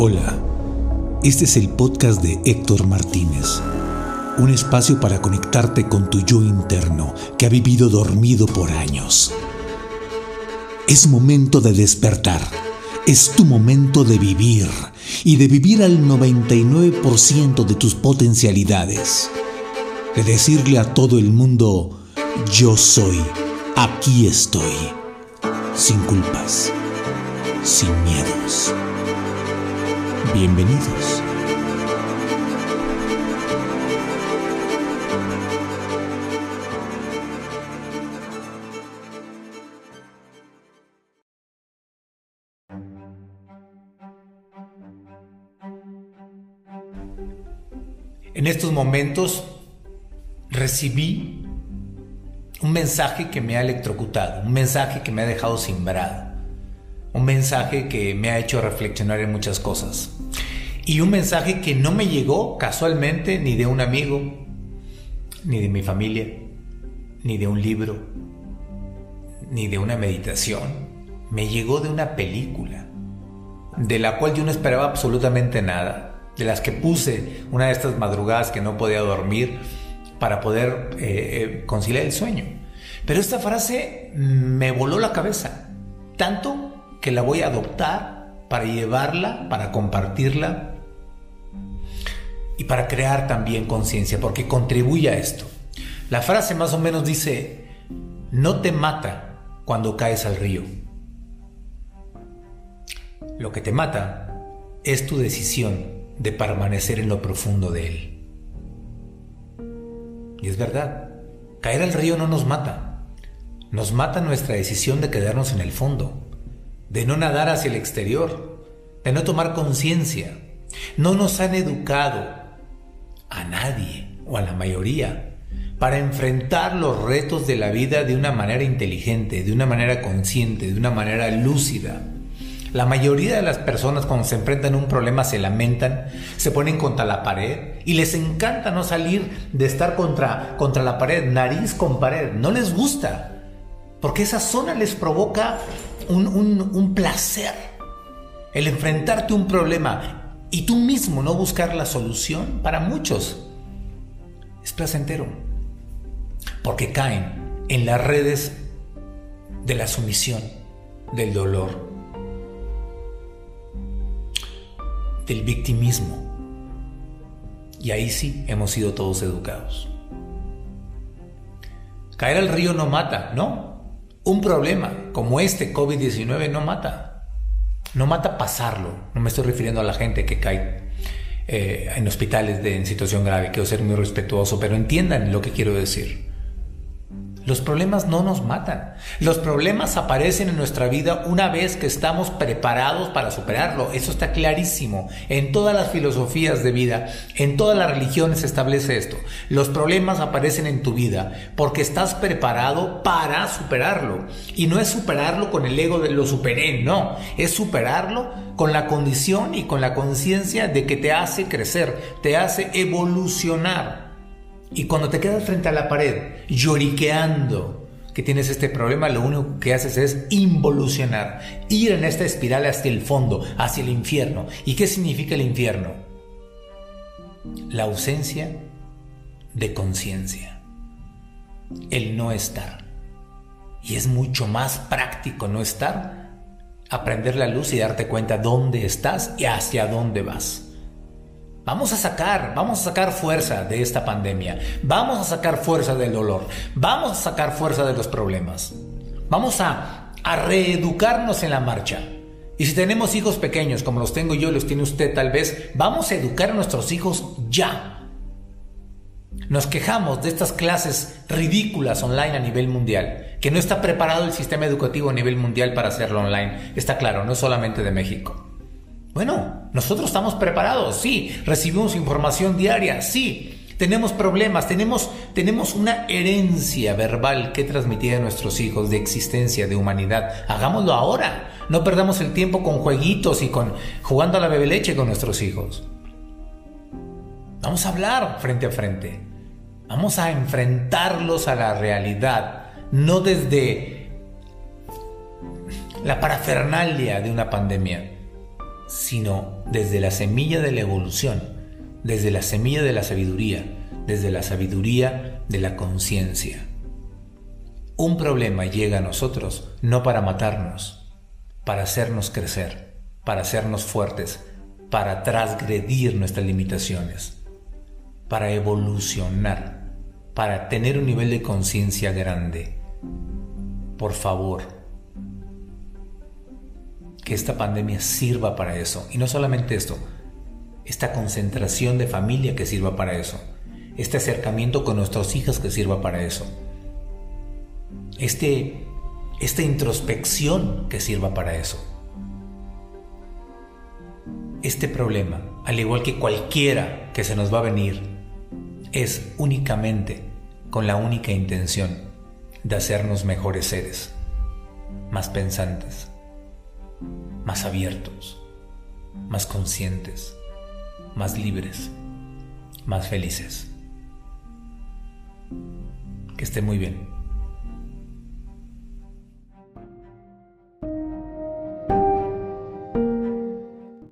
Hola, este es el podcast de Héctor Martínez, un espacio para conectarte con tu yo interno que ha vivido dormido por años. Es momento de despertar, es tu momento de vivir y de vivir al 99% de tus potencialidades, de decirle a todo el mundo, yo soy, aquí estoy, sin culpas, sin miedos. Bienvenidos. En estos momentos recibí un mensaje que me ha electrocutado, un mensaje que me ha dejado cimbrado, un mensaje que me ha hecho reflexionar en muchas cosas. Y un mensaje que no me llegó casualmente ni de un amigo, ni de mi familia, ni de un libro, ni de una meditación. Me llegó de una película, de la cual yo no esperaba absolutamente nada, de las que puse una de estas madrugadas que no podía dormir para poder conciliar el sueño. Pero esta frase me voló la cabeza, tanto que la voy a adoptar para llevarla, para compartirla y para crear también conciencia, porque contribuye a esto. La frase más o menos dice: no te mata cuando caes al río. Lo que te mata es tu decisión de permanecer en lo profundo de él. Y es verdad, caer al río no nos mata. Nos mata nuestra decisión de quedarnos en el fondo, de no nadar hacia el exterior, de no tomar conciencia. No nos han educado, a nadie o a la mayoría, para enfrentar los retos de la vida de una manera inteligente, de una manera consciente, de una manera lúcida. La mayoría de las personas, cuando se enfrentan a un problema, se lamentan, se ponen contra la pared y les encanta no salir de estar contra la pared, nariz con pared. No les gusta, porque esa zona les provoca un placer. El enfrentarte a un problema y tú mismo no buscar la solución, para muchos es placentero, porque caen en las redes de la sumisión, del dolor, del victimismo. Y ahí sí hemos sido todos educados. Caer al río no mata, ¿no? Un problema como este COVID-19 no mata. No mata pasarlo. No me estoy refiriendo a la gente que cae en hospitales en situación grave. Quiero ser muy respetuoso, pero entiendan lo que quiero decir. Los problemas no nos matan. Los problemas aparecen en nuestra vida una vez que estamos preparados para superarlo. Eso está clarísimo. En todas las filosofías de vida, en todas las religiones se establece esto. Los problemas aparecen en tu vida porque estás preparado para superarlo. Y no es superarlo con el ego de lo superé, no. Es superarlo con la condición y con la conciencia de que te hace crecer, te hace evolucionar. Y cuando te quedas frente a la pared, lloriqueando que tienes este problema, lo único que haces es involucionar, ir en esta espiral hacia el fondo, hacia el infierno. ¿Y qué significa el infierno? La ausencia de conciencia, el no estar. Y es mucho más práctico no estar, aprender la luz y darte cuenta dónde estás y hacia dónde vas. Vamos a sacar fuerza de esta pandemia. Vamos a sacar fuerza del dolor. Vamos a sacar fuerza de los problemas. Vamos a reeducarnos en la marcha. Y si tenemos hijos pequeños, como los tengo yo y los tiene usted tal vez, vamos a educar a nuestros hijos ya. Nos quejamos de estas clases ridículas online a nivel mundial, que no está preparado el sistema educativo a nivel mundial para hacerlo online. Está claro, no es solamente de México. Bueno, nosotros estamos preparados, sí, recibimos información diaria, sí, tenemos problemas, tenemos una herencia verbal que transmitir a nuestros hijos de existencia, de humanidad. Hagámoslo ahora, no perdamos el tiempo con jueguitos y jugando a la bebeleche con nuestros hijos. Vamos a hablar frente a frente, vamos a enfrentarlos a la realidad, no desde la parafernalia de una pandemia, sino desde la semilla de la evolución, desde la semilla de la sabiduría, desde la sabiduría de la conciencia. Un problema llega a nosotros no para matarnos, para hacernos crecer, para hacernos fuertes, para transgredir nuestras limitaciones, para evolucionar, para tener un nivel de conciencia grande. Por favor, que esta pandemia sirva para eso. Y no solamente esto, esta concentración de familia que sirva para eso, este acercamiento con nuestros hijos que sirva para eso, esta introspección que sirva para eso. Este problema, al igual que cualquiera que se nos va a venir, es únicamente con la única intención de hacernos mejores seres, más pensantes, más abiertos, más conscientes, más libres, más felices. Que esté muy bien.